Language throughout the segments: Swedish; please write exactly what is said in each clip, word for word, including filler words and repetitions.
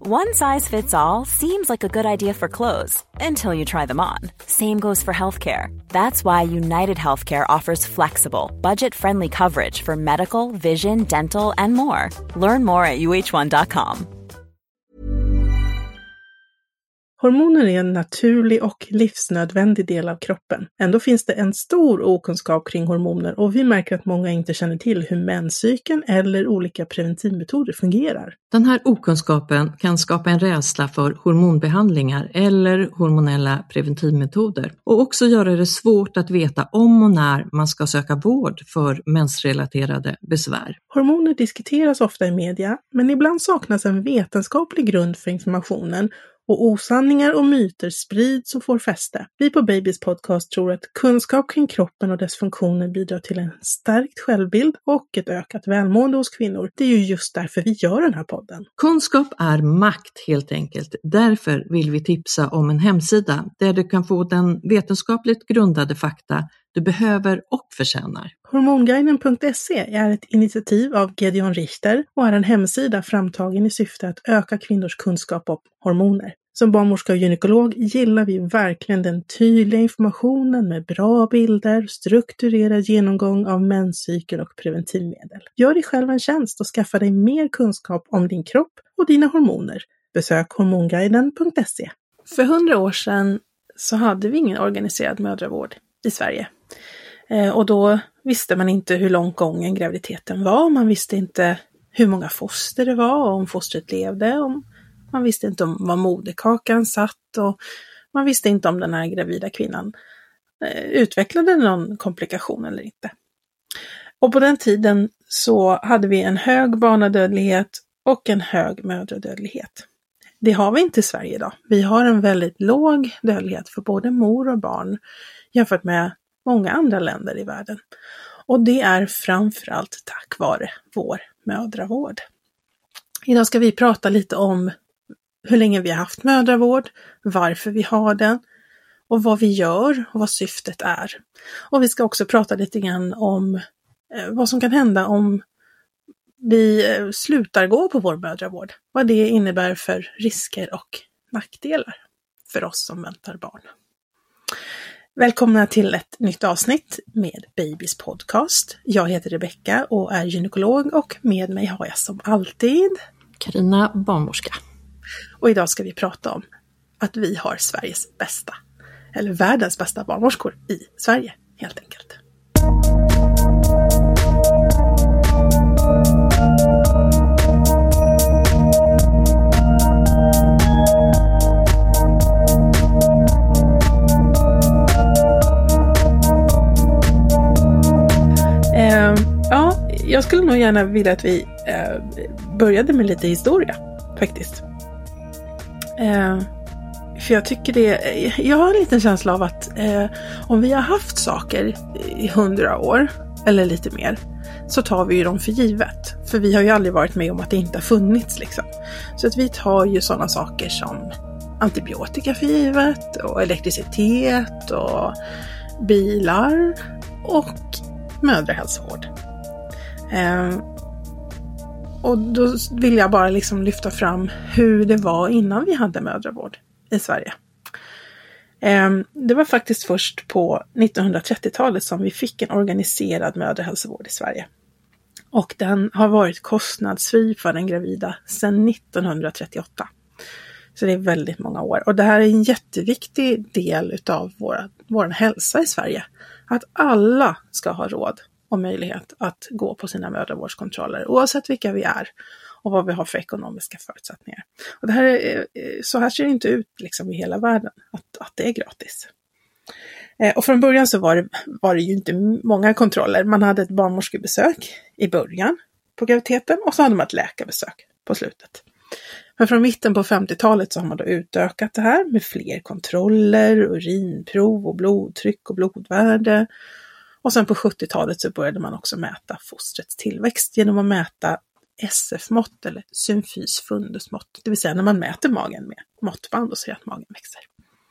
One size fits all seems like a good idea for clothes until you try them on. Same goes for healthcare. That's why United Healthcare offers flexible, budget-friendly coverage for medical, vision, dental, and more. Learn more at u h one dot com. Hormoner är en naturlig och livsnödvändig del av kroppen. Ändå finns det en stor okunskap kring hormoner och vi märker att många inte känner till hur menscykeln eller olika preventivmetoder fungerar. Den här okunskapen kan skapa en rädsla för hormonbehandlingar eller hormonella preventivmetoder och också göra det svårt att veta om och när man ska söka vård för mensrelaterade besvär. Hormoner diskuteras ofta i media, men ibland saknas en vetenskaplig grund för informationen och osanningar och myter sprids och får fäste. Vi på Babys podcast tror att kunskap kring kroppen och dess funktioner bidrar till en stärkt självbild och ett ökat välmående hos kvinnor. Det är ju just därför vi gör den här podden. Kunskap är makt helt enkelt. Därför vill vi tipsa om en hemsida där du kan få den vetenskapligt grundade fakta du behöver och förtjänar. Hormonguiden punkt se är ett initiativ av Gedeon Richter och är en hemsida framtagen i syfte att öka kvinnors kunskap om hormoner. Som barnmorska och gynekolog gillar vi verkligen den tydliga informationen med bra bilder, strukturerad genomgång av menscykel och preventivmedel. Gör dig själv en tjänst och skaffa dig mer kunskap om din kropp och dina hormoner. Besök hormonguiden punkt se. För hundra år sedan så hade vi ingen organiserad mödravård i Sverige. Och då visste man inte hur lång gången graviditeten var. Man visste inte hur många foster det var och om fostret levde. Om man visste inte om var moderkakan satt och man visste inte om den här gravida kvinnan utvecklade någon komplikation eller inte. Och på den tiden så hade vi en hög barnadödlighet och en hög mödradödlighet. Det har vi inte i Sverige idag. Vi har en väldigt låg dödlighet för både mor och barn jämfört med många andra länder i världen. Och det är framförallt tack vare vår mödravård. Idag ska vi prata lite om hur länge vi har haft mödravård, varför vi har den och vad vi gör och vad syftet är. Och vi ska också prata lite grann om vad som kan hända om vi slutar gå på vår mödravård. Vad det innebär för risker och nackdelar för oss som väntar barn. Välkomna till ett nytt avsnitt med Babys podcast. Jag heter Rebecka och är gynekolog och med mig har jag som alltid Carina, barnmorska. Och idag ska vi prata om att vi har Sveriges bästa, eller världens bästa barnmorskor i Sverige helt enkelt. Eh, ja, jag skulle nog gärna vilja att vi eh, började med lite historia faktiskt. Eh, för jag tycker det, jag har en liten känsla av att eh, om vi har haft saker i hundra år eller lite mer så tar vi ju dem för givet. För vi har ju aldrig varit med om att det inte har funnits liksom. Så att vi tar ju sådana saker som antibiotika för givet och elektricitet och bilar och mödrahälsovård. Eh, Och då vill jag bara liksom lyfta fram hur det var innan vi hade mödravård i Sverige. Det var faktiskt först på nittonhundratrettiotalet som vi fick en organiserad mödrahälsovård i Sverige. Och den har varit kostnadsfri för den gravida sedan nittonhundratrettioåtta. Så det är väldigt många år. Och det här är en jätteviktig del av vår, vår hälsa i Sverige. Att alla ska ha råd och möjlighet att gå på sina mödravårdskontroller oavsett vilka vi är och vad vi har för ekonomiska förutsättningar. Och det här är, så här ser det inte ut liksom i hela världen, att, att det är gratis. Eh, och från början så var det, var det ju inte många kontroller. Man hade ett barnmorskebesök i början på graviditeten och så hade man ett läkarbesök på slutet. Men från mitten på femtiotalet så har man då utökat det här med fler kontroller, urinprov och blodtryck och blodvärde. Och sen på sjuttiotalet så började man också mäta fostrets tillväxt genom att mäta S F-mått eller symfys fundusmått. Det vill säga när man mäter magen med måttband och ser att magen växer.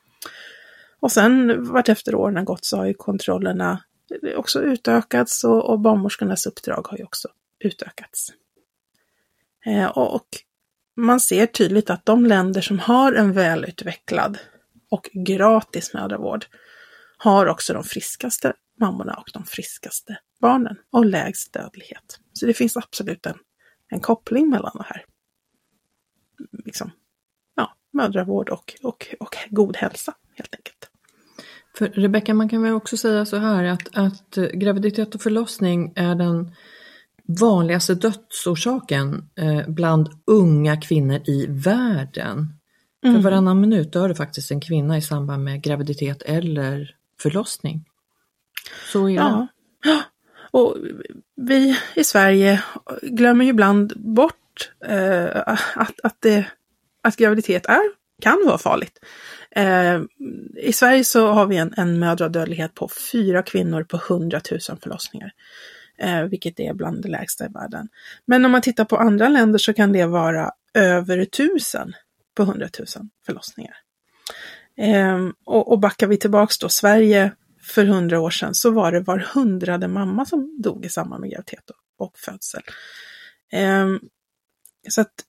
Och sen vart efter åren har gått så har ju kontrollerna också utökats och, och barnmorskornas uppdrag har ju också utökats. Eh, och man ser tydligt att de länder som har en välutvecklad och gratis mödravård har också de friskaste mammorna och de friskaste barnen och lägst dödlighet. Så det finns absolut en, en koppling mellan det här. Liksom, ja, mödravård och, och, och god hälsa helt enkelt. För Rebecka, man kan väl också säga så här att, att graviditet och förlossning är den vanligaste dödsorsaken eh, bland unga kvinnor i världen. Mm. För varannan minut dör det faktiskt en kvinna i samband med graviditet eller förlossning. Så illa. Ja, och vi i Sverige glömmer ju ibland bort eh, att, att, det, att graviditet är, kan vara farligt. Eh, I Sverige så har vi en, en mödradödlighet på fyra kvinnor på hundratusen förlossningar. Eh, vilket är bland det lägsta i världen. Men om man tittar på andra länder så kan det vara över tusen på hundratusen förlossningar. Eh, och, och backar vi tillbaks då, Sverige för hundra år sedan så var det var hundrade mamma som dog i samband med graviditet och, och födsel. Eh, så att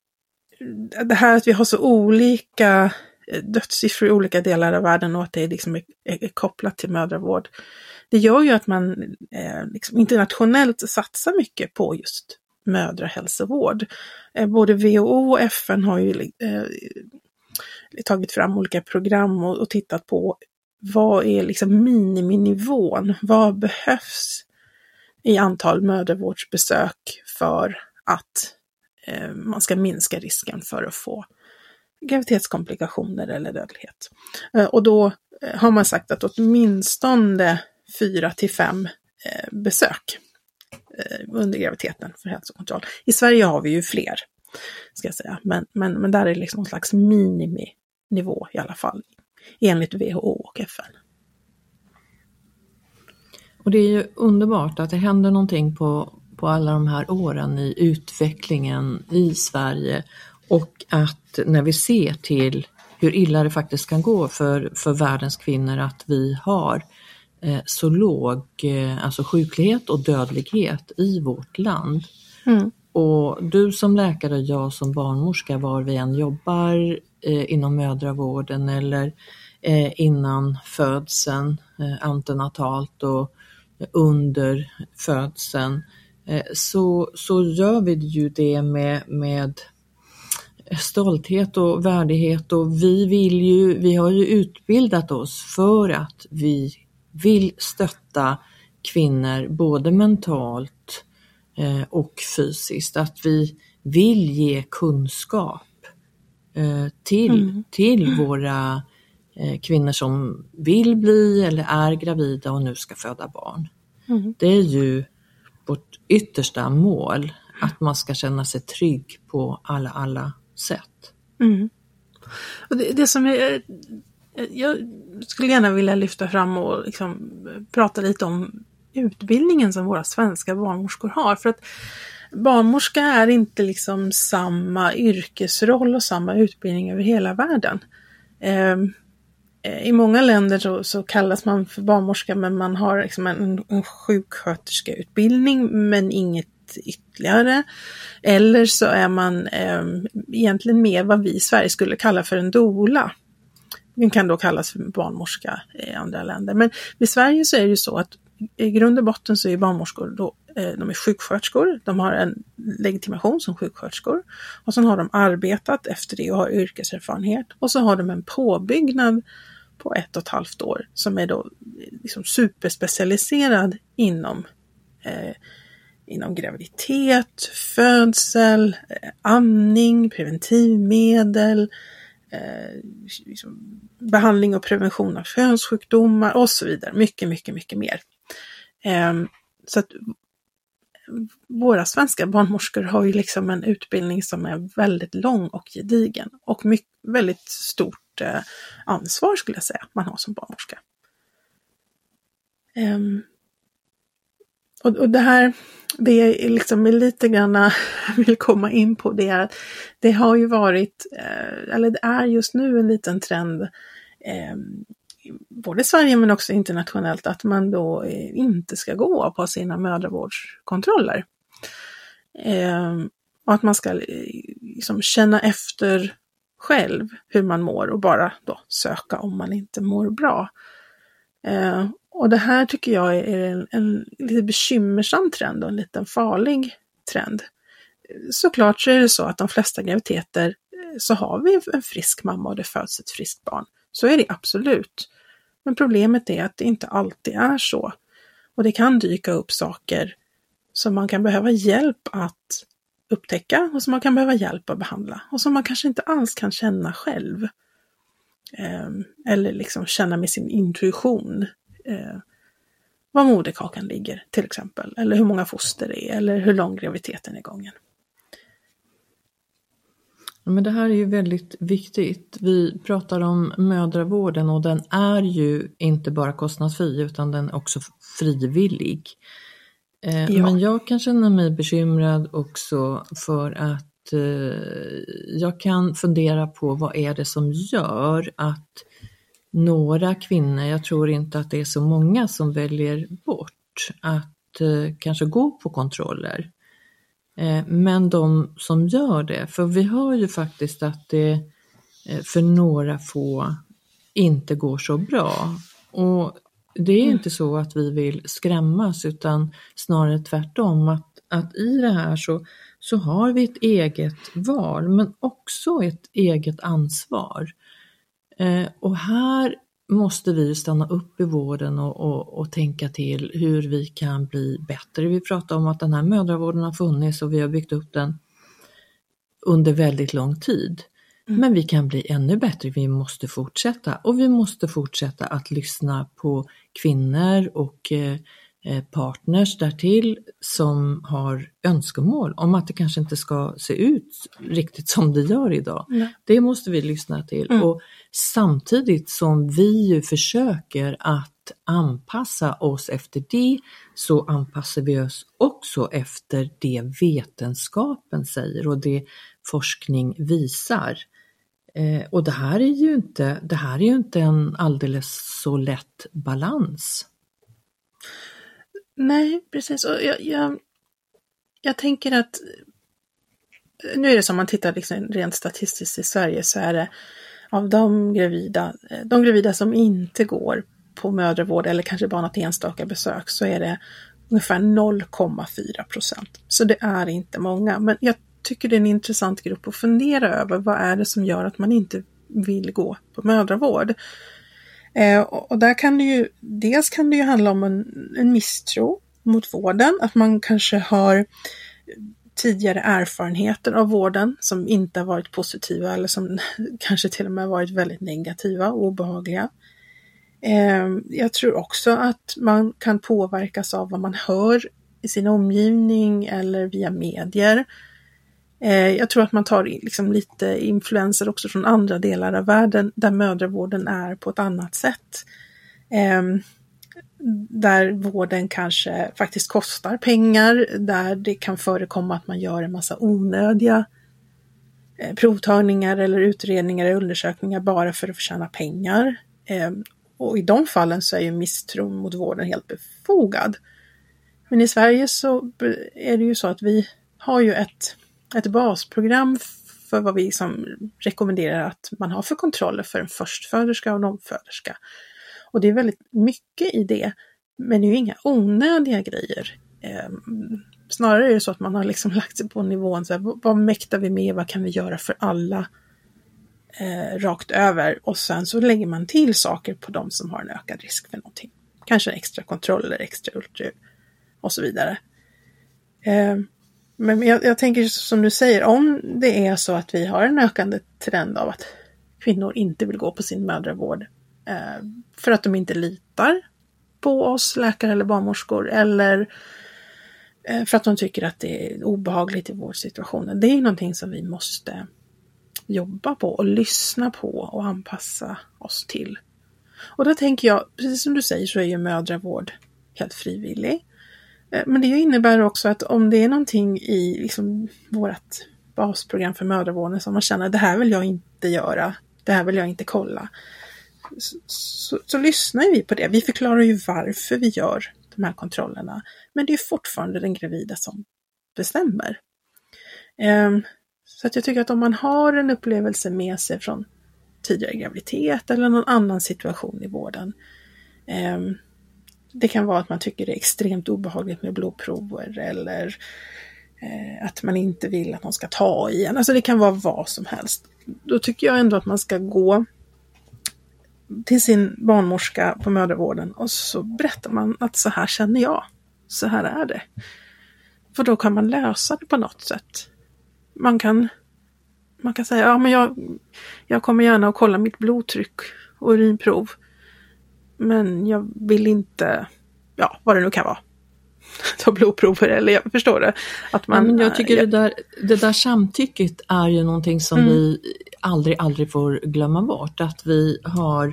det här att vi har så olika dödssiffror i olika delar av världen och att det liksom är, är, är kopplat till mödravård. Det gör ju att man eh, liksom internationellt satsar mycket på just mödrahälsovård. Eh, både W H O och F N har ju eh, tagit fram olika program och, och tittat på vad är liksom miniminivån, vad behövs i antal mödravårdsbesök för att eh, man ska minska risken för att få graviditetskomplikationer eller dödlighet. Eh, och då eh, har man sagt att åtminstone fyra till fem eh, besök eh, under graviditeten för hälsokontroll. I Sverige har vi ju fler, ska jag säga. Men, men, men där är det liksom en slags miniminivå i alla fall, enligt W H O och F N. Och det är ju underbart att det händer någonting på, på alla de här åren i utvecklingen i Sverige. Och att när vi ser till hur illa det faktiskt kan gå för, för världens kvinnor att vi har eh, så låg eh, alltså sjuklighet och dödlighet i vårt land. Mm. Och du som läkare och jag som barnmorska, var vi än jobbar eh, inom mödravården eller eh, innan födseln, eh, antenatalt och under födseln, eh, så, så gör vi ju det med, med stolthet och värdighet, och vi vill ju, vi har ju utbildat oss för att vi vill stötta kvinnor både mentalt eh, och fysiskt, att vi vill ge kunskap eh, till, mm. till våra eh, kvinnor som vill bli eller är gravida och nu ska föda barn. Mm. Det är ju vårt yttersta mål, att man ska känna sig trygg på alla alla sätt. Mm. Och det, det som är, jag skulle gärna vilja lyfta fram och liksom prata lite om utbildningen som våra svenska barnmorskor har, för att barnmorska är inte liksom samma yrkesroll och samma utbildning över hela världen. Eh, I många länder så, så kallas man för barnmorska, men man har liksom en, en sjuksköterskeutbildning men inget ytterligare. Eller så är man eh, egentligen mer vad vi i Sverige skulle kalla för en doula. Den kan då kallas för barnmorska i andra länder. Men i Sverige så är det ju så att i grund och botten så är barnmorskor då, eh, de är sjuksköterskor. De har en legitimation som sjuksköterskor. Och så har de arbetat efter det och har yrkeserfarenhet. Och så har de en påbyggnad på ett och ett halvt år som är då liksom superspecialiserad inom eh, inom graviditet, födsel, eh, amning, preventivmedel, eh, liksom behandling och prevention av könssjukdomar och så vidare. Mycket, mycket, mycket mer. Eh, så att våra svenska barnmorskor har ju liksom en utbildning som är väldigt lång och gedigen och mycket, väldigt stort eh, ansvar skulle jag säga man har som barnmorska. Eh, Och, och det här, det är liksom lite grann vill komma in på det är att det har ju varit, eh, eller det är just nu en liten trend eh, både i Sverige men också internationellt, att man då eh, inte ska gå på sina mödravårdskontroller. Eh, Och att man ska liksom känna efter själv hur man mår och bara då söka om man inte mår bra. Eh, och det här tycker jag är en, en lite bekymmersam trend och en liten farlig trend. Såklart så är det så att de flesta graviditeter så har vi en frisk mamma och det föds ett friskt barn. Så är det absolut. Men problemet är att det inte alltid är så. Och det kan dyka upp saker som man kan behöva hjälp att upptäcka och som man kan behöva hjälp att behandla. Och som man kanske inte alls kan känna själv. Eh, eller liksom känna med sin intuition. Eh, var moderkakan ligger till exempel. Eller hur många foster det är. Eller hur lång graviditeten är gången. Men det här är ju väldigt viktigt. Vi pratar om mödravården och den är ju inte bara kostnadsfri utan den är också frivillig. Eh, ja. Men jag kan känna mig bekymrad också för att eh, jag kan fundera på vad är det som gör att några kvinnor, jag tror inte att det är så många som väljer bort att eh, kanske gå på kontroller. Men de som gör det, för vi hör ju faktiskt att det för några få inte går så bra. Och det är inte så att vi vill skrämmas utan snarare tvärtom. Att, att i det här så, så har vi ett eget val men också ett eget ansvar. Eh, och här måste vi stanna upp i vården och, och, och tänka till hur vi kan bli bättre. Vi pratar om att den här mödravården har funnits och vi har byggt upp den under väldigt lång tid. Mm. Men vi kan bli ännu bättre, vi måste fortsätta. Och vi måste fortsätta att lyssna på kvinnor och eh, partners därtill som har önskemål om att det kanske inte ska se ut riktigt som det gör idag. Mm. Det måste vi lyssna till. Mm. Och samtidigt som vi ju försöker att anpassa oss efter det så anpassar vi oss också efter det vetenskapen säger och det forskning visar. Eh, och det här är ju inte, det här är ju inte en alldeles så lätt balans. Nej, precis. Och jag, jag, jag tänker att nu är det som man tittar liksom rent statistiskt i Sverige så är det av de gravida, de gravida som inte går på mödravård eller kanske bara något enstaka besök så är det ungefär noll komma fyra procent. Så det är inte många. Men jag tycker det är en intressant grupp att fundera över vad är det som gör att man inte vill gå på mödravård. Eh, och, och där kan det ju, dels kan det ju handla om en, en misstro mot vården. Att man kanske har tidigare erfarenheter av vården som inte har varit positiva eller som kanske till och med varit väldigt negativa och obehagliga. Eh, jag tror också att man kan påverkas av vad man hör i sin omgivning eller via medier. Eh, jag tror att man tar liksom lite influenser också från andra delar av världen där mödravården är på ett annat sätt. Eh, där vården kanske faktiskt kostar pengar, där det kan förekomma att man gör en massa onödiga eh, provtagningar eller utredningar eller undersökningar bara för att förtjäna pengar. Eh, och i de fallen så är ju misstron mot vården helt befogad. Men i Sverige så är det ju så att vi har ju ett, ett basprogram för vad vi liksom rekommenderar att man har för kontroller för en förstföderska och en omföderska. Och det är väldigt mycket i det, men det är ju inga onödiga grejer. Eh, snarare är det så att man har liksom lagt sig på nivån, så här, vad mäktar vi med, vad kan vi göra för alla eh, rakt över. Och sen så lägger man till saker på de som har en ökad risk för någonting. Kanske en extra kontroll eller extra ultraljud och så vidare. Eh, men jag, jag tänker som du säger, om det är så att vi har en ökande trend av att kvinnor inte vill gå på sin mödravård för att de inte litar på oss läkare eller barnmorskor eller för att de tycker att det är obehagligt i vår situation. Det är någonting som vi måste jobba på och lyssna på och anpassa oss till. Och då tänker jag, precis som du säger så är ju mödravård helt frivillig. Men det innebär också att om det är någonting i liksom vårt basprogram för mödravården som man känner det här vill jag inte göra, det här vill jag inte kolla. Så, så, så lyssnar vi på det. Vi förklarar ju varför vi gör de här kontrollerna. Men det är fortfarande den gravida som bestämmer. Eh, så att jag tycker att om man har en upplevelse med sig från tidigare graviditet eller någon annan situation i vården. Eh, det kan vara att man tycker det är extremt obehagligt med blodprover eller eh, att man inte vill att någon ska ta i en. Alltså det kan vara vad som helst. Då tycker jag ändå att man ska gå till sin barnmorska på mödravården och så berättar man att så här känner jag. Så här är det. För då kan man lösa det på något sätt. Man kan, man kan säga, ja men jag, jag kommer gärna att kolla mitt blodtryck och urinprov. Men jag vill inte, ja vad det nu kan vara. Ta blodprover eller jag förstår det. Att man, ja, men jag tycker ja. det, där, det där samtycket är ju någonting som mm. vi aldrig, aldrig får glömma bort. Att vi har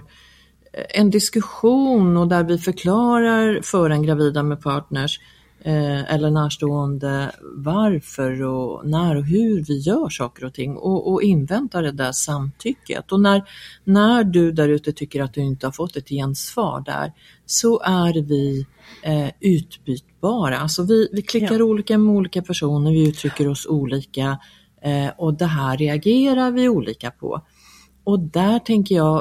en diskussion och där vi förklarar för en gravida med partners eh, eller närstående varför och när och hur vi gör saker och ting och, och inväntar det där samtycket. Och när, när du där ute tycker att du inte har fått ett gensvar där så är vi eh, utbytbara. Alltså vi, vi klickar ja. olika med olika personer, vi uttrycker oss olika eh, och det här reagerar vi olika på. Och där tänker jag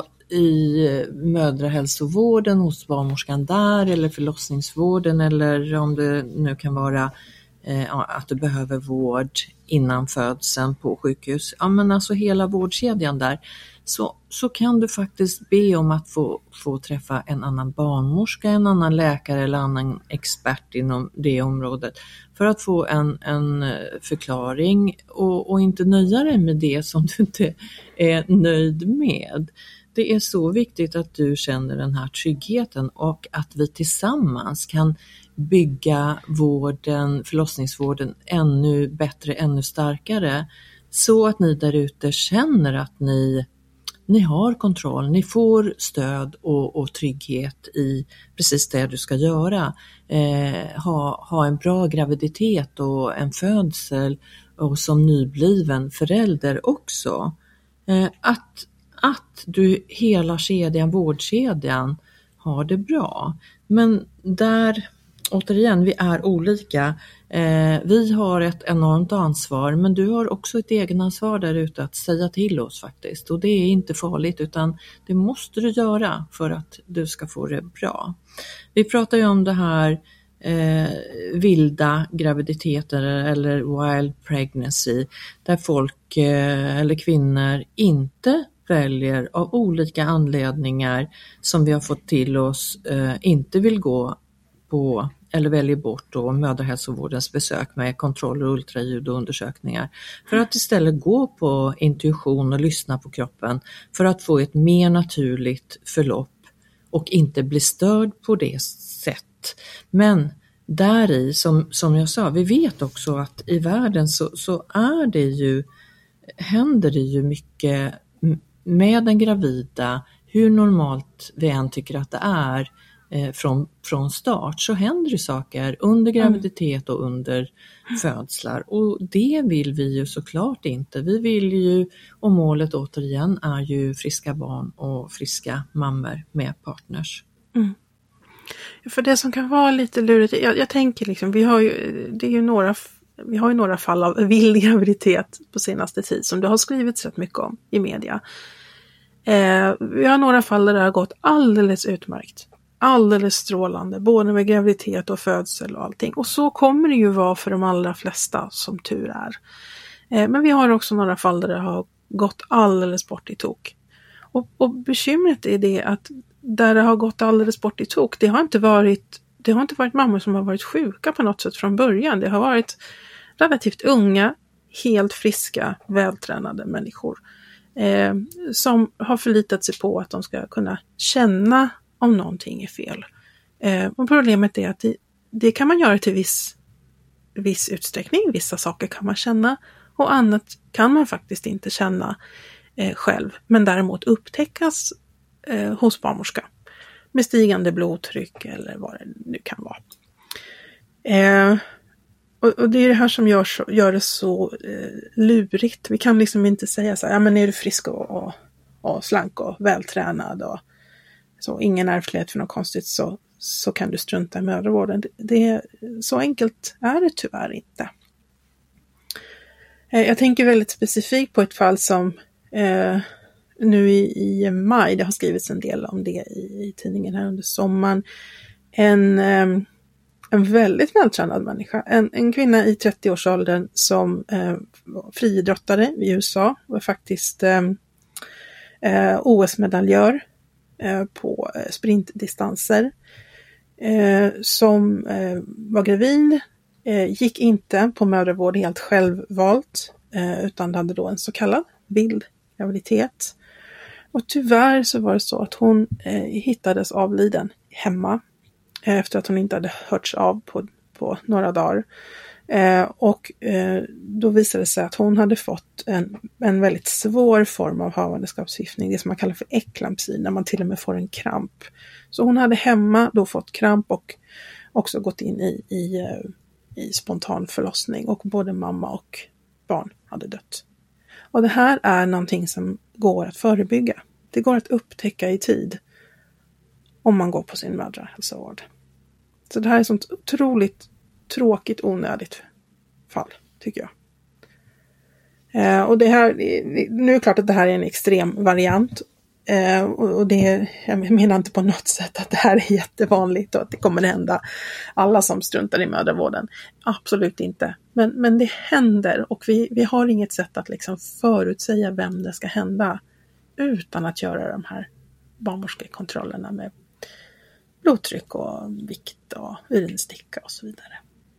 i mödrahälsovården hos barnmorskan där eller förlossningsvården eller om det nu kan vara eh, att du behöver vård innan födseln på sjukhus. Ja men alltså hela vårdkedjan där. Så, så kan du faktiskt be om att få, få träffa en annan barnmorska, en annan läkare eller annan expert inom det området. För att få en, en förklaring och, och inte nöja dig med det som du inte är nöjd med. Det är så viktigt att du känner den här tryggheten och att vi tillsammans kan bygga vården, förlossningsvården ännu bättre, ännu starkare. Så att ni där ute känner att ni, ni har kontroll, ni får stöd och, och trygghet i precis det du ska göra. Eh, ha, ha en bra graviditet och en födsel och som nybliven förälder också. Eh, att Att du hela kedjan, vårdkedjan har det bra. Men där, återigen, vi är olika. Eh, vi har ett enormt ansvar men du har också ett egenansvar där ute att säga till oss faktiskt. Och det är inte farligt utan det måste du göra för att du ska få det bra. Vi pratar ju om det här eh, vilda graviditeter eller wild pregnancy där folk eh, eller kvinnor inte väljer av olika anledningar som vi har fått till oss eh, inte vill gå på eller väljer bort då mödrahälsovårdens besök med kontroller, ultraljud och undersökningar för att istället gå på intuition och lyssna på kroppen för att få ett mer naturligt förlopp och inte bli störd på det sätt. Men där i, som, som jag sa, vi vet också att i världen så, så är det ju, händer det ju mycket med den gravida, hur normalt vi än tycker att det är eh, från, från start så händer det saker under graviditet och under födslar och det vill vi ju såklart inte. Vi vill ju, och målet återigen är ju friska barn och friska mammor med partners. Mm. För det som kan vara lite lurigt, jag, jag tänker liksom, vi har ju, det är ju några Vi har ju några fall av vild graviditet på senaste tid som det har skrivits rätt mycket om i media. Eh, vi har några fall där det har gått alldeles utmärkt. Alldeles strålande. Både med graviditet och födsel och allting. Och så kommer det ju vara för de allra flesta som tur är. Eh, men vi har också några fall där det har gått alldeles bort i tok. Och, och bekymret är det att där det har gått alldeles bort i tok. Det har inte varit Det har inte varit mammor som har varit sjuka på något sätt från början. Det har varit relativt unga, helt friska, vältränade människor. Eh, som har förlitat sig på att de ska kunna känna om någonting är fel. Eh, och problemet är att det, det kan man göra till viss, viss utsträckning. Vissa saker kan man känna och annat kan man faktiskt inte känna eh, själv. Men däremot upptäckas eh, hos barnmorska. Med stigande blodtryck eller vad det nu kan vara. Eh, och, och det är det här som gör, så, gör det så eh, lurigt. Vi kan liksom inte säga så här, ja men är du frisk och, och, och slank och vältränad och så ingen ärftlighet för något konstigt så, så kan du strunta i mödravården. Det, det, så enkelt är det tyvärr inte. Jag tänker väldigt specifikt på ett fall som eh, nu i, i maj, det har skrivits en del om det i, i tidningen här under sommaren. En, eh, en väldigt vältränad människa, en, en kvinna i trettioårsåldern som eh, var friidrottare i U S A och faktiskt eh, eh, O S-medaljör eh, på sprintdistanser. Eh, som eh, var gravid, eh, gick inte på mödravård helt självvalt eh, utan hade då en så kallad vild graviditet. Och tyvärr så var det så att hon eh, hittades avliden hemma eh, efter att hon inte hade hörts av på, på några dagar. Eh, och eh, då visade det sig att hon hade fått en, en väldigt svår form av havandeskapsförgiftning, det som man kallar för eklampsi, när man till och med får en kramp. Så hon hade hemma då fått kramp och också gått in i, i, i spontan förlossning, och både mamma och barn hade dött. Och det här är någonting som går att förebygga. Det går att upptäcka i tid om man går på sin mödrahälsovård. Så det här är ett sånt otroligt tråkigt, onödigt fall, tycker jag. Eh, och det här, nu är det klart att det här är en extrem variant. Eh, och, och det, jag menar inte på något sätt att det här är jättevanligt och att det kommer att hända alla som struntar i mödravården. Absolut inte. Men, men det händer, och vi, vi har inget sätt att liksom förutsäga vem det ska hända utan att göra de här barnmorskekontrollerna med blodtryck och vikt och urinsticka och så vidare.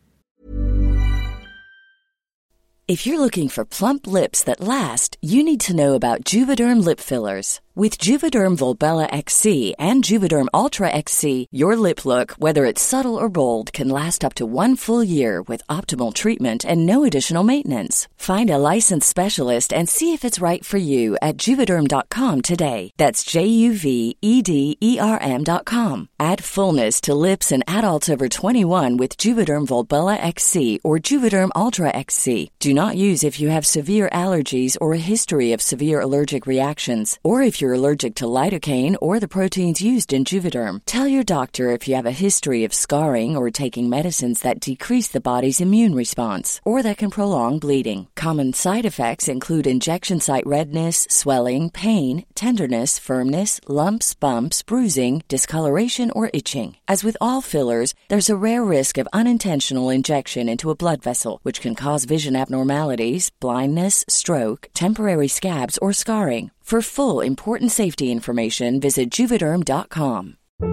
If you're looking for plump lips that last, you need to know about Juvederm lip fillers. With Juvederm Volbella X C and Juvederm Ultra X C, your lip look, whether it's subtle or bold, can last up to one full year with optimal treatment and no additional maintenance. Find a licensed specialist and see if it's right for you at Juvederm dot com today. That's J U V E D E R M dot com. Add fullness to lips in adults over twenty-one with Juvederm Volbella X C or Juvederm Ultra X C. Do not use if you have severe allergies or a history of severe allergic reactions, or if you're allergic to lidocaine or the proteins used in Juvederm. Tell your doctor if you have a history of scarring or taking medicines that decrease the body's immune response or that can prolong bleeding. Common side effects include injection site redness, swelling, pain, tenderness, firmness, lumps, bumps, bruising, discoloration, or itching. As with all fillers, there's a rare risk of unintentional injection into a blood vessel, which can cause vision abnormalities, blindness, stroke, temporary scabs, or scarring. For full, important safety information, visit Juvederm dot com.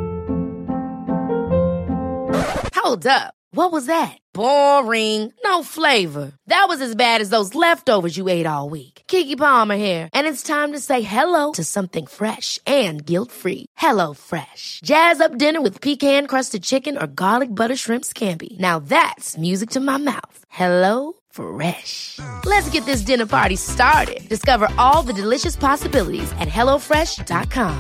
Hold up. What was that? Boring. No flavor. That was as bad as those leftovers you ate all week. Keke Palmer here, and it's time to say hello to something fresh and guilt-free. Hello Fresh. Jazz up dinner with pecan-crusted chicken or garlic butter shrimp scampi. Now that's music to my mouth. Hello Fresh. Let's get this dinner party started. Discover all the delicious possibilities at hello fresh dot com.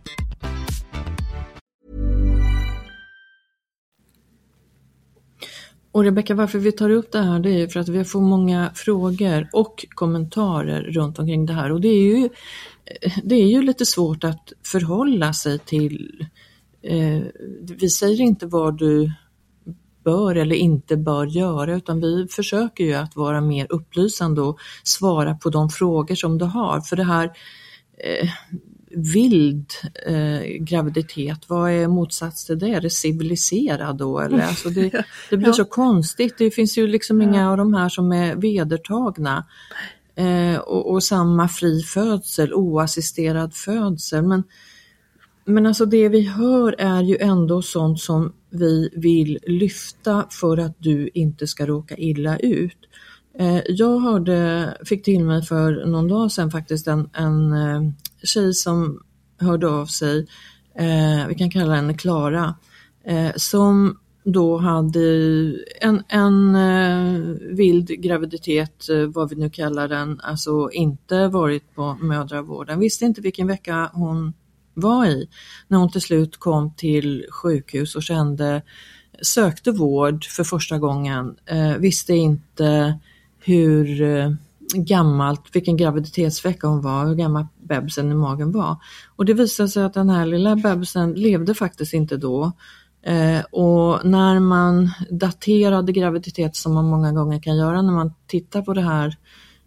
Och Rebecka, varför vi tar upp det här, det är för att vi får många frågor och kommentarer runt omkring det här. Och det är ju, det är ju lite svårt att förhålla sig till. Eh, vi säger inte vad du bör eller inte bör göra, utan vi försöker ju att vara mer upplysande och svara på de frågor som du har. För det här eh, vild eh, graviditet, vad är motsats till det? Är det civiliserad då? Eller? Alltså det, det blir ja. så konstigt. Det finns ju liksom ja. inga av de här som är vedertagna. Eh, och, och samma fri födsel, oassisterad födsel. Men, men alltså det vi hör är ju ändå sånt som vi vill lyfta för att du inte ska råka illa ut. Eh, jag hörde, fick till mig för någon dag sedan faktiskt en, en eh, tjej som hörde av sig, eh, vi kan kalla henne Klara, eh, som då hade en, en eh, vild graviditet, eh, vad vi nu kallar den, alltså inte varit på mödravården, visste inte vilken vecka hon var i, när hon till slut kom till sjukhus och kände, sökte vård för första gången, eh, visste inte hur eh, gammalt, vilken graviditetsvecka hon var, hur gammal bebisen i magen var. Och det visade sig att den här lilla bebisen levde faktiskt inte då. Eh, och när man daterade graviditet, som man många gånger kan göra när man tittar på det här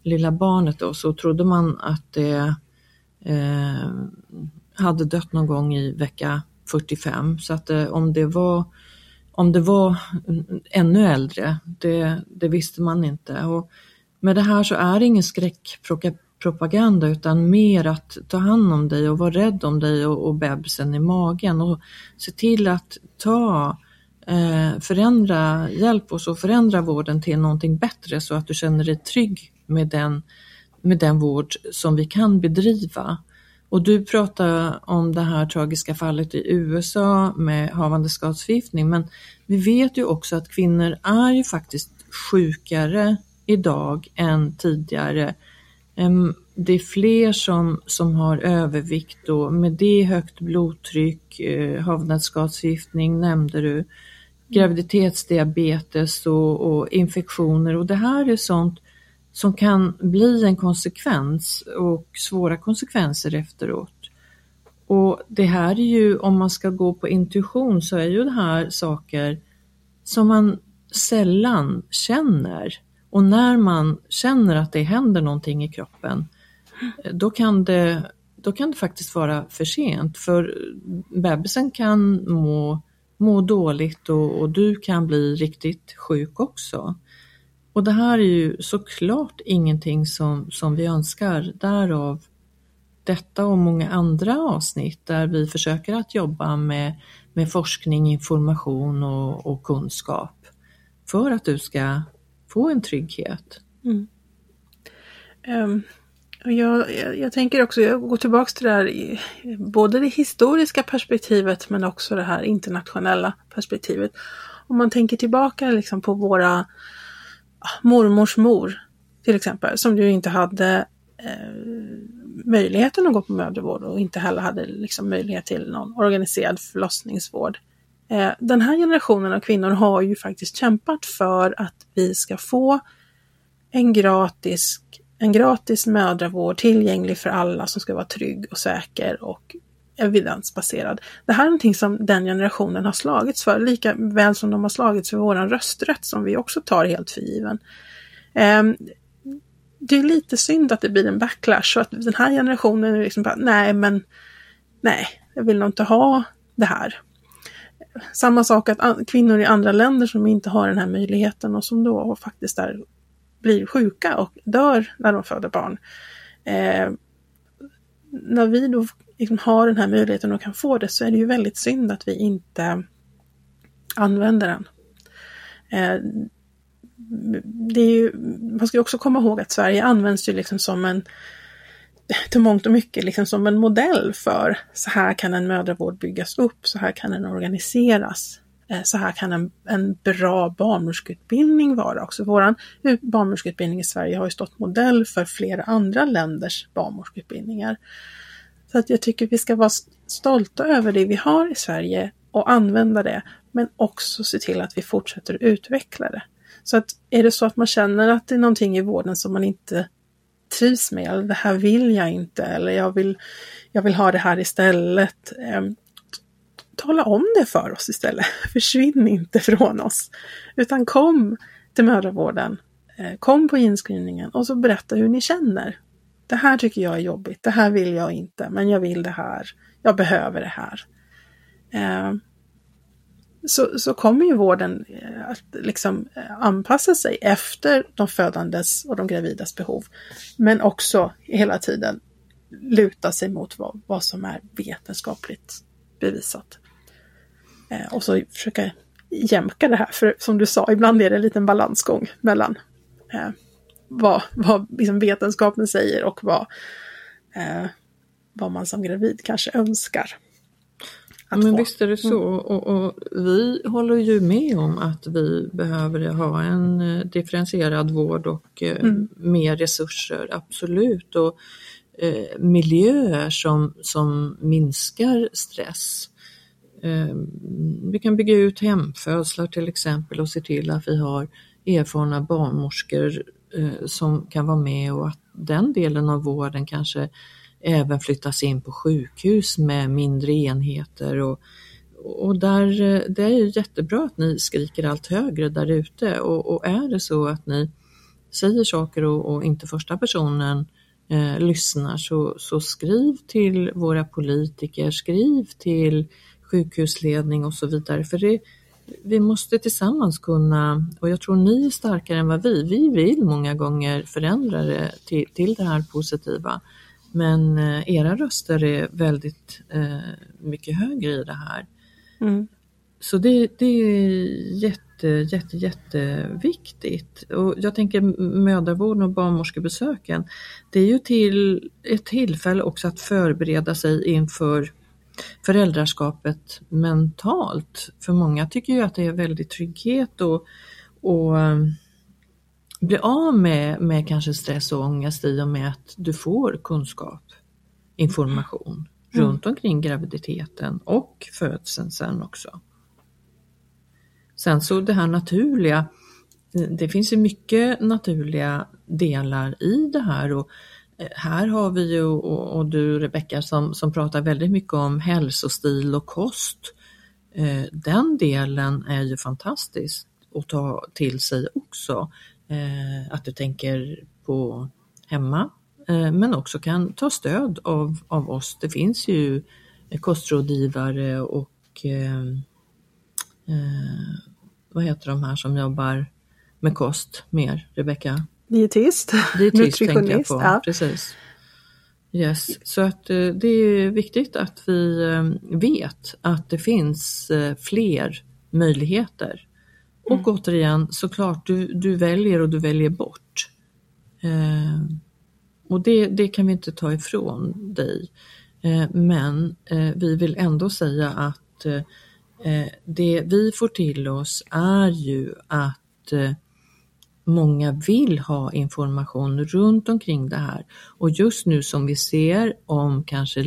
lilla barnet då, så trodde man att det eh, hade dött någon gång i vecka fyrtiofem. Så att eh, om det var om det var ännu äldre, det, det visste man inte. Och med det här så är det ingen skräckpropaganda, utan mer att ta hand om dig och vara rädd om dig och, och bebisen i magen. Och se till att ta, eh, förändra, hjälp oss att förändra vården till någonting bättre, så att du känner dig trygg med den, med den vård som vi kan bedriva. Och du pratar om det här tragiska fallet i U S A med havandeskapsförgiftning, men vi vet ju också att kvinnor är ju faktiskt sjukare idag än tidigare. Det är fler som, som har övervikt och med det högt blodtryck, havandeskapsförgiftning nämnde du, graviditetsdiabetes och, och infektioner, och det här är sånt som kan bli en konsekvens och svåra konsekvenser efteråt. Och det här är ju, om man ska gå på intuition, så är ju det här saker som man sällan känner. Och när man känner att det händer någonting i kroppen, då kan det, då kan det faktiskt vara för sent. För bebisen kan må, må dåligt och, och du kan bli riktigt sjuk också. Och det här är ju såklart ingenting som, som vi önskar, därav detta och många andra avsnitt där vi försöker att jobba med, med forskning, information och, och kunskap för att du ska få en trygghet. Mm. Um, och jag, jag, jag tänker också, jag går tillbaka till det här, både det historiska perspektivet men också det här internationella perspektivet. Om man tänker tillbaka liksom på våra mormors mor till exempel, som ju inte hade eh, möjligheten att gå på mödravård och inte heller hade liksom möjlighet till någon organiserad förlossningsvård. Eh, den här generationen av kvinnor har ju faktiskt kämpat för att vi ska få en gratis, en gratis mödravård tillgänglig för alla, som ska vara trygg och säker och evidensbaserad. Det här är någonting som den generationen har slagits för, lika väl som de har slagits för våran rösträtt, som vi också tar helt för given. Eh, det är lite synd att det blir en backlash, så att den här generationen är liksom bara, nej men nej, jag vill nog inte ha det här. Samma sak att kvinnor i andra länder som inte har den här möjligheten och som då faktiskt där blir sjuka och dör när de föder barn. Eh, när vi då liksom har den här möjligheten och kan få det, så är det ju väldigt synd att vi inte använder den. Eh, det är ju, man ska ju också komma ihåg att Sverige används ju liksom som en, till mångt och mycket liksom som en modell för så här kan en mödravård byggas upp, så här kan den organiseras, eh, så här kan en, en bra barnmorskeutbildning vara också. Våran barnmorskeutbildning i Sverige har ju stått modell för flera andra länders barnmorskeutbildningar. Så att jag tycker vi ska vara stolta över det vi har i Sverige och använda det, men också se till att vi fortsätter utveckla det. Så att är det så att man känner att det är någonting i vården som man inte trivs med, eller det här vill jag inte, eller jag vill, jag vill ha det här istället, eh, tala om det för oss istället. Försvinn inte från oss, utan kom till mödravården, eh, kom på inskrivningen och så berätta hur ni känner. Det här tycker jag är jobbigt, det här vill jag inte, men jag vill det här, jag behöver det här. Eh, så, så kommer ju vården att liksom anpassa sig efter de födandes och de gravidas behov, men också hela tiden luta sig mot vad, vad som är vetenskapligt bevisat. Eh, och så försöka jämka det här, för som du sa, ibland är det en liten balansgång mellan eh, vad, vad liksom vetenskapen säger och vad, eh, vad man som gravid kanske önskar. Men visst är det så, och, och vi håller ju med om att vi behöver ha en differentierad vård och mm. mer resurser, absolut, och eh, miljöer som, som minskar stress. Eh, vi kan bygga ut hemfödslar till exempel och se till att vi har erfarna barnmorskor eh, som kan vara med, och att den delen av vården kanske även flyttas in på sjukhus med mindre enheter, och, och där, det är ju jättebra att ni skriker allt högre där ute, och, och är det så att ni säger saker och, och inte första personen eh, lyssnar, så, så skriv till våra politiker, skriv till sjukhusledning och så vidare. För det, vi måste tillsammans kunna, och jag tror ni är starkare än vad vi, vi vill många gånger förändra det till, till det här positiva. Men eh, era röster är väldigt eh, mycket högre i det här. Mm. Så det, det är jätte, jätte, jätteviktigt. Och jag tänker mödravården och barnmorskebesöken, det är ju till ett tillfälle också att förbereda sig inför föräldraskapet mentalt. För många tycker ju att det är väldigt trygghet och, och bli av med, med kanske stress och ångest i och med att du får kunskap, information mm. runt omkring graviditeten och födseln sen också. Sen så det här naturliga, det finns ju mycket naturliga delar i det här, och här har vi ju, och, och du Rebecka som, som pratar väldigt mycket om hälsostil och kost. Eh, den delen är ju fantastisk att ta till sig också. Eh, att du tänker på hemma, eh, men också kan ta stöd av, av oss. Det finns ju kostrådgivare och eh, eh, vad heter de här som jobbar med kost mer, Rebecka? Dietist, Dietist tänker jag på, ja. Precis. Yes. Så att eh, det är viktigt att vi eh, vet att det finns eh, fler möjligheter. Och mm. återigen, såklart, du, du väljer och du väljer bort. Eh, och det, det kan vi inte ta ifrån dig. Eh, men eh, vi vill ändå säga att eh, det vi får till oss är ju att eh, många vill ha information runt omkring det här. Och just nu som vi ser om kanske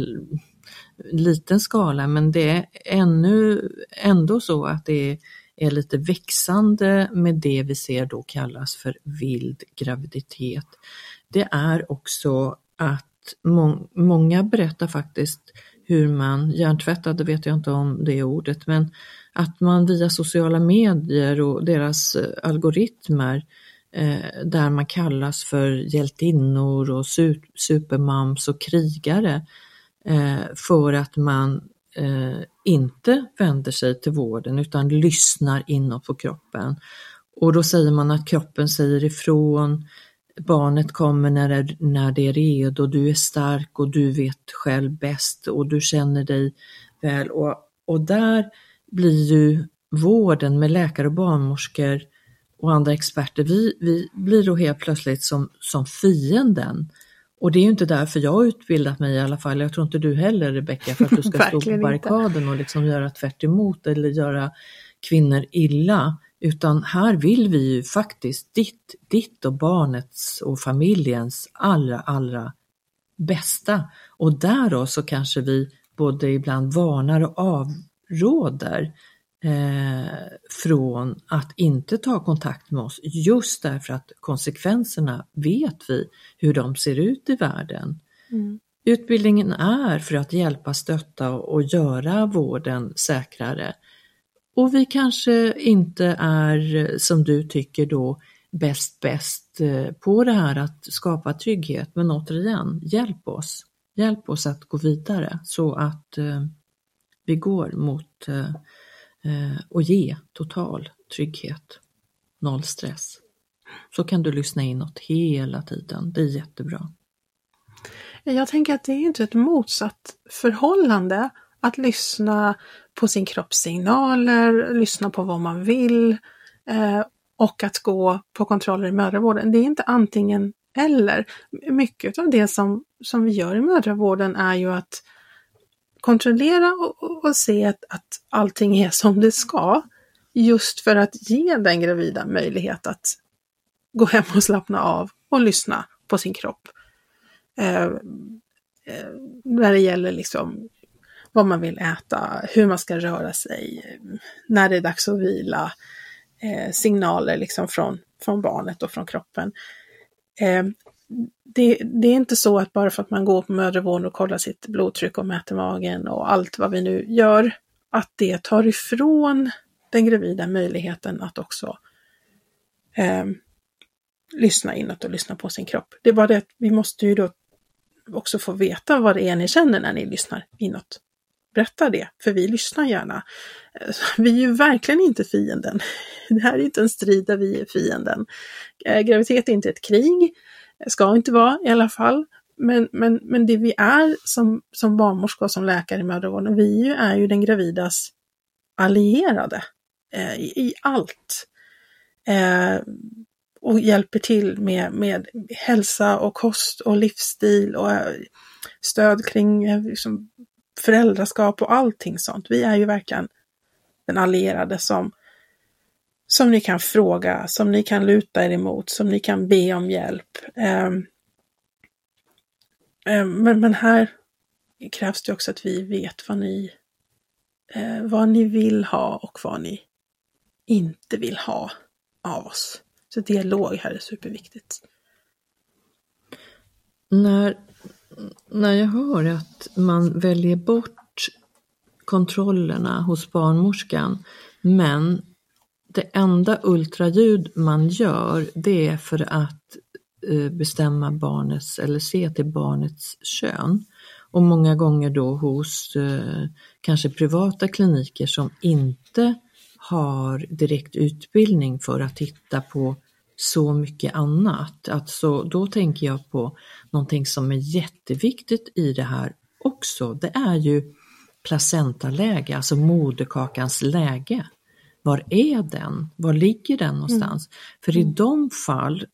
liten skala, men det är ännu, ändå så att det är är lite växande med det vi ser då kallas för vild graviditet. Det är också att må- många berättar faktiskt hur man, hjärntvättade vet jag inte om det ordet, men att man via sociala medier och deras algoritmer eh, där man kallas för hjältinnor och su- supermams och krigare eh, för att man Eh, inte vänder sig till vården utan lyssnar inåt på kroppen. Och då säger man att kroppen säger ifrån, barnet kommer när det, när det är redo, du är stark och du vet själv bäst och du känner dig väl. Och, och där blir ju vården med läkare och barnmorskor och andra experter, vi, vi blir då helt plötsligt som, som fienden. Och det är ju inte därför jag har utbildat mig i alla fall. Jag tror inte du heller, Rebecka, för att du ska stå på barrikaden och liksom göra tvärt emot eller göra kvinnor illa. Utan här vill vi ju faktiskt ditt, ditt och barnets och familjens allra, allra bästa. Och där då så kanske vi både ibland varnar och avråder eh, från att inte ta kontakt med oss. Just därför att konsekvenserna vet vi hur de ser ut i världen. Mm. Utbildningen är för att hjälpa, stötta och göra vården säkrare. Och vi kanske inte är, som du tycker då, bäst bäst på det här att skapa trygghet. Men återigen, hjälp oss. Hjälp oss att gå vidare så att eh, vi går mot eh, eh, och ge total trygghet. Noll stress. Så kan du lyssna inåt hela tiden. Det är jättebra. Jag tänker att det är inte ett motsatt förhållande att lyssna på sin kroppssignaler, lyssna på vad man vill eh, och att gå på kontroller i mödravården. Det är inte antingen eller. Mycket av det som, som vi gör i mödravården är ju att kontrollera och, och, och se att, att allting är som det ska. Just för att ge den gravida möjlighet att gå hem och slappna av och lyssna på sin kropp. Eh, eh, när det gäller liksom vad man vill äta, hur man ska röra sig, när det är dags att vila, eh, signaler liksom från, från barnet och från kroppen. Eh, det, det är inte så att bara för att man går på mödravården och kollar sitt blodtryck och mäter magen och allt vad vi nu gör, att det tar ifrån den gravida möjligheten att också eh, lyssna inåt och lyssna på sin kropp. Det är bara det att vi måste ju då också få veta vad det är ni känner när ni lyssnar inåt. Berätta det, för vi lyssnar gärna. Vi är ju verkligen inte fienden. Det här är inte en strid där vi är fienden. Graviditet är inte ett krig, ska inte vara i alla fall. Men, men, men det vi är som, som barnmorska och som läkare i mödravården, vi är ju den gravidas allierade eh, i, i allt. Eh, och hjälper till med, med hälsa och kost och livsstil och eh, stöd kring eh, liksom, föräldraskap och allting sånt. Vi är ju verkligen den allierade som, som ni kan fråga, som ni kan luta er emot, som ni kan be om hjälp. Eh, eh, men, men här krävs det också att vi vet vad ni, eh, vad ni vill ha och vad ni inte vill ha av oss. Så dialog här är superviktigt. När, när jag hör att man väljer bort kontrollerna hos barnmorskan, men det enda ultraljud man gör, det är för att eh, bestämma barnets eller se till barnets kön. Och många gånger då hos eh, kanske privata kliniker som inte har direkt utbildning för att titta på så mycket annat. Alltså, då tänker jag på någonting som är jätteviktigt i det här också. Det är ju placentaläge, alltså moderkakans läge. Var är den? Var ligger den någonstans? Mm. För i de fall,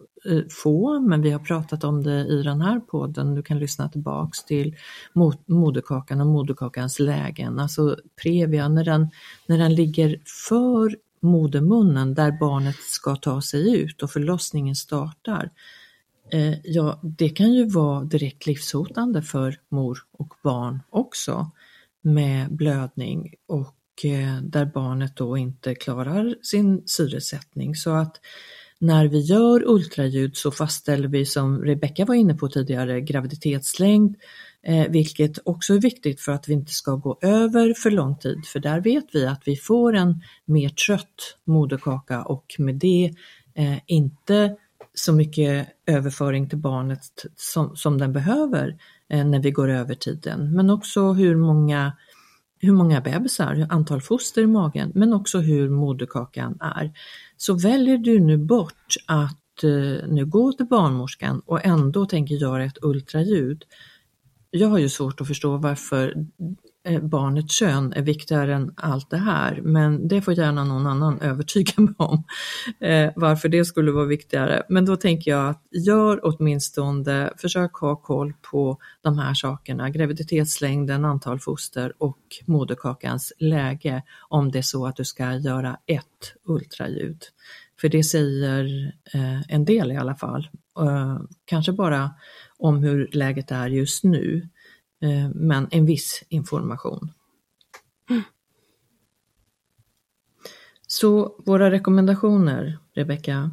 få, men vi har pratat om det i den här podden, du kan lyssna tillbaks till moderkakan och moderkakans lägen. Alltså previa, när den, när den ligger för modermunnen där barnet ska ta sig ut och förlossningen startar. Eh, ja, det kan ju vara direkt livshotande för mor och barn också, med blödning och eh, där barnet då inte klarar sin syresättning. Så att när vi gör ultraljud så fastställer vi, som Rebecka var inne på tidigare, graviditetslängd, eh, vilket också är viktigt för att vi inte ska gå över för lång tid. För där vet vi att vi får en mer trött moderkaka och med det eh, inte så mycket överföring till barnet som, som den behöver eh, när vi går över tiden. Men också hur många, hur många bebisar, antal foster i magen, men också hur moderkakan är. Så väljer du nu bort att eh, nu gå till barnmorskan och ändå tänker göra ett ultraljud. Jag har ju svårt att förstå varför eh, barnets kön är viktigare än allt det här. Men det får gärna någon annan övertyga mig om eh, varför det skulle vara viktigare. Men då tänker jag att gör åtminstone, försök ha koll på de här sakerna. Graviditetslängden, antal foster och moderkakans läge, om det är så att du ska göra ett ultraljud. För det säger eh, en del i alla fall. Eh, kanske bara om hur läget är just nu. Eh, men en viss information. Mm. Så våra rekommendationer, Rebecka?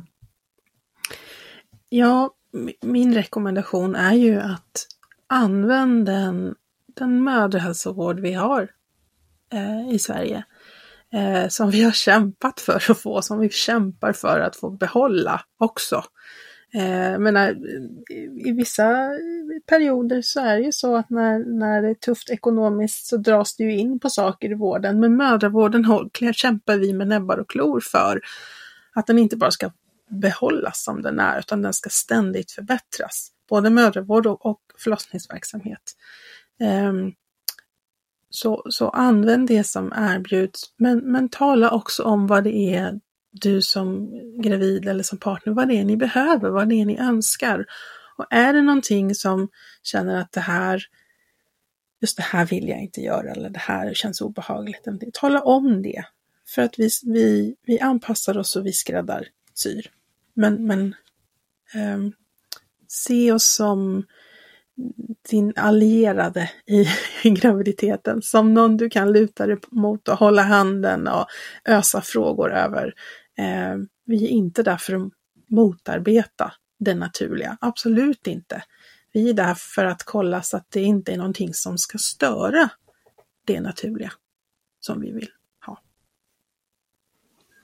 Ja, min rekommendation är ju att använda den, den mödrahälsovård vi har eh, i Sverige. Eh, som vi har kämpat för att få, som vi kämpar för att få behålla också. Eh, men när, i vissa perioder så är det ju så att när, när det är tufft ekonomiskt så dras det ju in på saker i vården. Men mödravården kämpar vi med näbbar och klor för att den inte bara ska behållas som den är, utan den ska ständigt förbättras. Både mödravård och, och förlossningsverksamhet. Eh, Så, så använd det som erbjuds, men, men tala också om vad det är du som gravid eller som partner, vad det är ni behöver, vad det är ni önskar. Och är det någonting som känner att det här, just det här vill jag inte göra, eller det här känns obehagligt, tala om det. För att vi, vi, vi anpassar oss och vi skräddarsyr. Men, men um, se oss som din allierade i, i graviditeten, som någon du kan luta dig mot och hålla handen och ösa frågor över. Eh, vi är inte där för att motarbeta det naturliga, absolut inte. Vi är där för att kolla så att det inte är någonting som ska störa det naturliga som vi vill ha.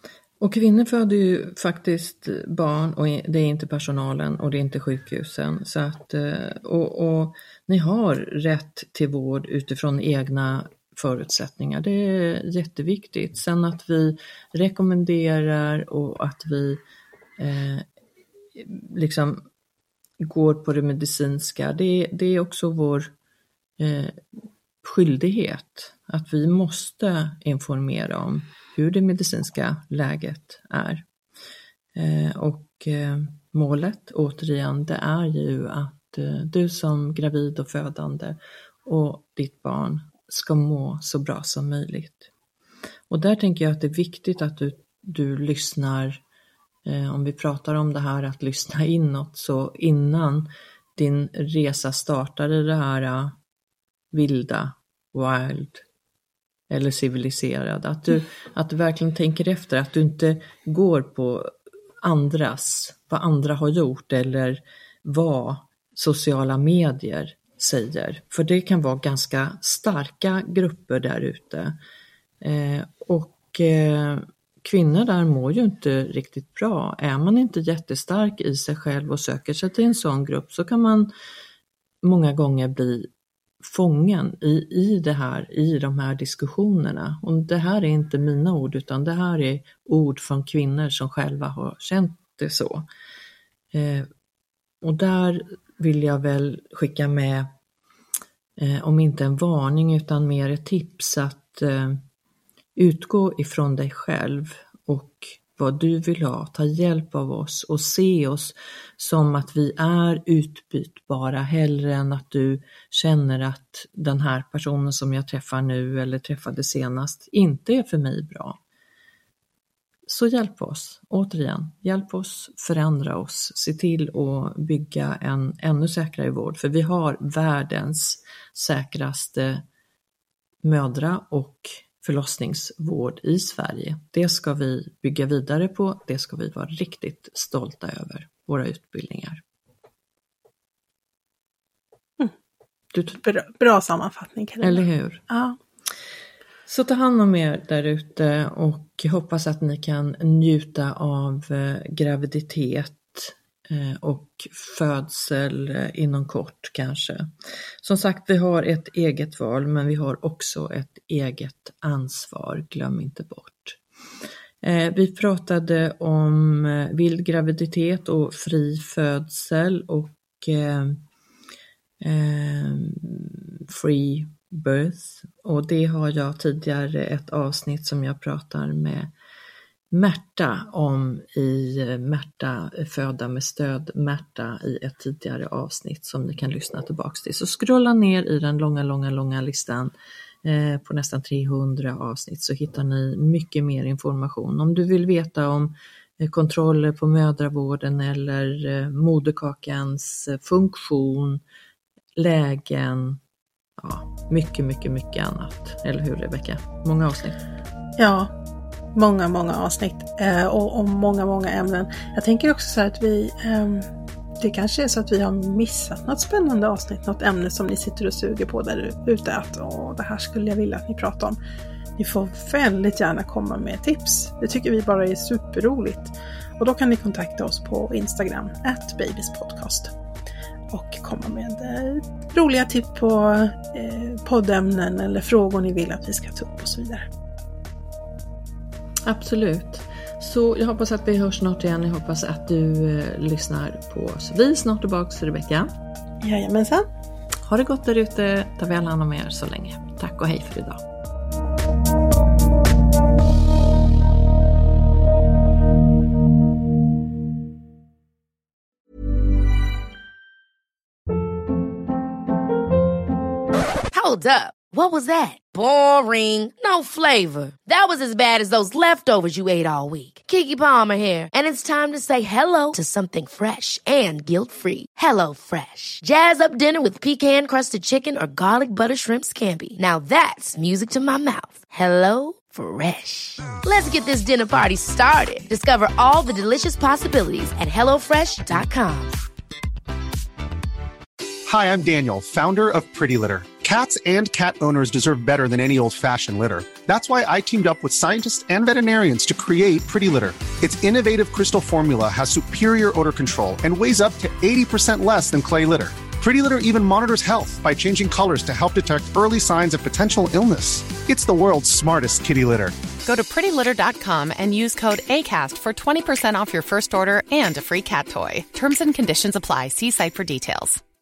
Och kvinnor föder ju faktiskt barn och det är inte personalen och det är inte sjukhusen. Så att, och, och ni har rätt till vård utifrån egna förutsättningar. Det är jätteviktigt. Sen att vi rekommenderar och att vi eh, liksom går på det medicinska. Det, det är också vår eh, skyldighet att vi måste informera om hur det medicinska läget är. Eh, och eh, målet återigen det är ju att eh, du som gravid och födande och ditt barn ska må så bra som möjligt. Och där tänker jag att det är viktigt att du, du lyssnar, eh, om vi pratar om det här att lyssna inåt, så innan din resa startar i det här uh, vilda, wild eller civiliserad, att du, att du verkligen tänker efter, att du inte går på andras, vad andra har gjort eller vad sociala medier säger. För det kan vara ganska starka grupper där ute. Eh, och eh, kvinnor där mår ju inte riktigt bra. Är man inte jättestark i sig själv och söker sig till en sån grupp så kan man många gånger bli fången i, i det här, i de här diskussionerna. Och det här är inte mina ord utan det här är ord från kvinnor som själva har känt det så. Eh, och där vill jag väl skicka med, eh, om inte en varning utan mer ett tips, att eh, utgå ifrån dig själv och vad du vill ha. Ta hjälp av oss och se oss som att vi är utbytbara, hellre än att du känner att den här personen som jag träffar nu eller träffade senast inte är för mig bra. Så hjälp oss, återigen, hjälp oss förändra oss, se till att bygga en ännu säkrare vård. För vi har världens säkraste mödra- och förlossningsvård i Sverige. Det ska vi bygga vidare på, det ska vi vara riktigt stolta över, våra utbildningar. Mm. Du, bra, bra sammanfattning. Eller hur? Ja. Så ta hand om er där ute och hoppas att ni kan njuta av graviditet och födsel inom kort kanske. Som sagt, vi har ett eget val men vi har också ett eget ansvar, glöm inte bort. Vi pratade om vild graviditet och fri födsel och free birth, och det har jag tidigare ett avsnitt som jag pratar med Märta om i Märta föda med stöd Märta i ett tidigare avsnitt som ni kan lyssna tillbaka till. Så scrolla ner i den långa långa långa listan eh, på nästan trehundra avsnitt så hittar ni mycket mer information. Om du vill veta om eh, kontroller på mödravården eller eh, moderkakans eh, funktion, lägen, ja, mycket mycket mycket annat. Eller hur, Rebecka? Många avsnitt. Ja. Många, många avsnitt eh, och, och många, många ämnen. Jag tänker också så här att vi, eh, det kanske är så att vi har missat något spännande avsnitt, något ämne som ni sitter och suger på där ute, att åh, det här skulle jag vilja att ni pratar om. Ni får väldigt gärna komma med tips. Det tycker vi bara är superroligt. Och då kan ni kontakta oss på Instagram, at babyspodcast. Och komma med eh, roliga tips på eh, poddämnen eller frågor ni vill att vi ska ta upp och så vidare. Absolut. Så jag hoppas att vi hörs snart igen. Jag hoppas att du eh, lyssnar på oss. Vi är snart tillbaka, Rebecka. Jajamensan. Ha det gott där ute. Ta väl hand om er så länge. Tack och hej för idag. Hold up. What was that? Boring. No flavor. That was as bad as those leftovers you ate all week. Keke Palmer here, and it's time to say hello to something fresh and guilt-free. Hello Fresh. Jazz up dinner with pecan-crusted chicken or garlic butter shrimp scampi. Now that's music to my mouth. Hello Fresh. Let's get this dinner party started. Discover all the delicious possibilities at hello fresh dot com. Hi, I'm Daniel, founder of Pretty Litter. Cats and cat owners deserve better than any old-fashioned litter. That's why I teamed up with scientists and veterinarians to create Pretty Litter. Its innovative crystal formula has superior odor control and weighs up to eighty percent less than clay litter. Pretty Litter even monitors health by changing colors to help detect early signs of potential illness. It's the world's smartest kitty litter. Go to pretty litter dot com and use code ACAST for twenty percent off your first order and a free cat toy. Terms and conditions apply. See site for details.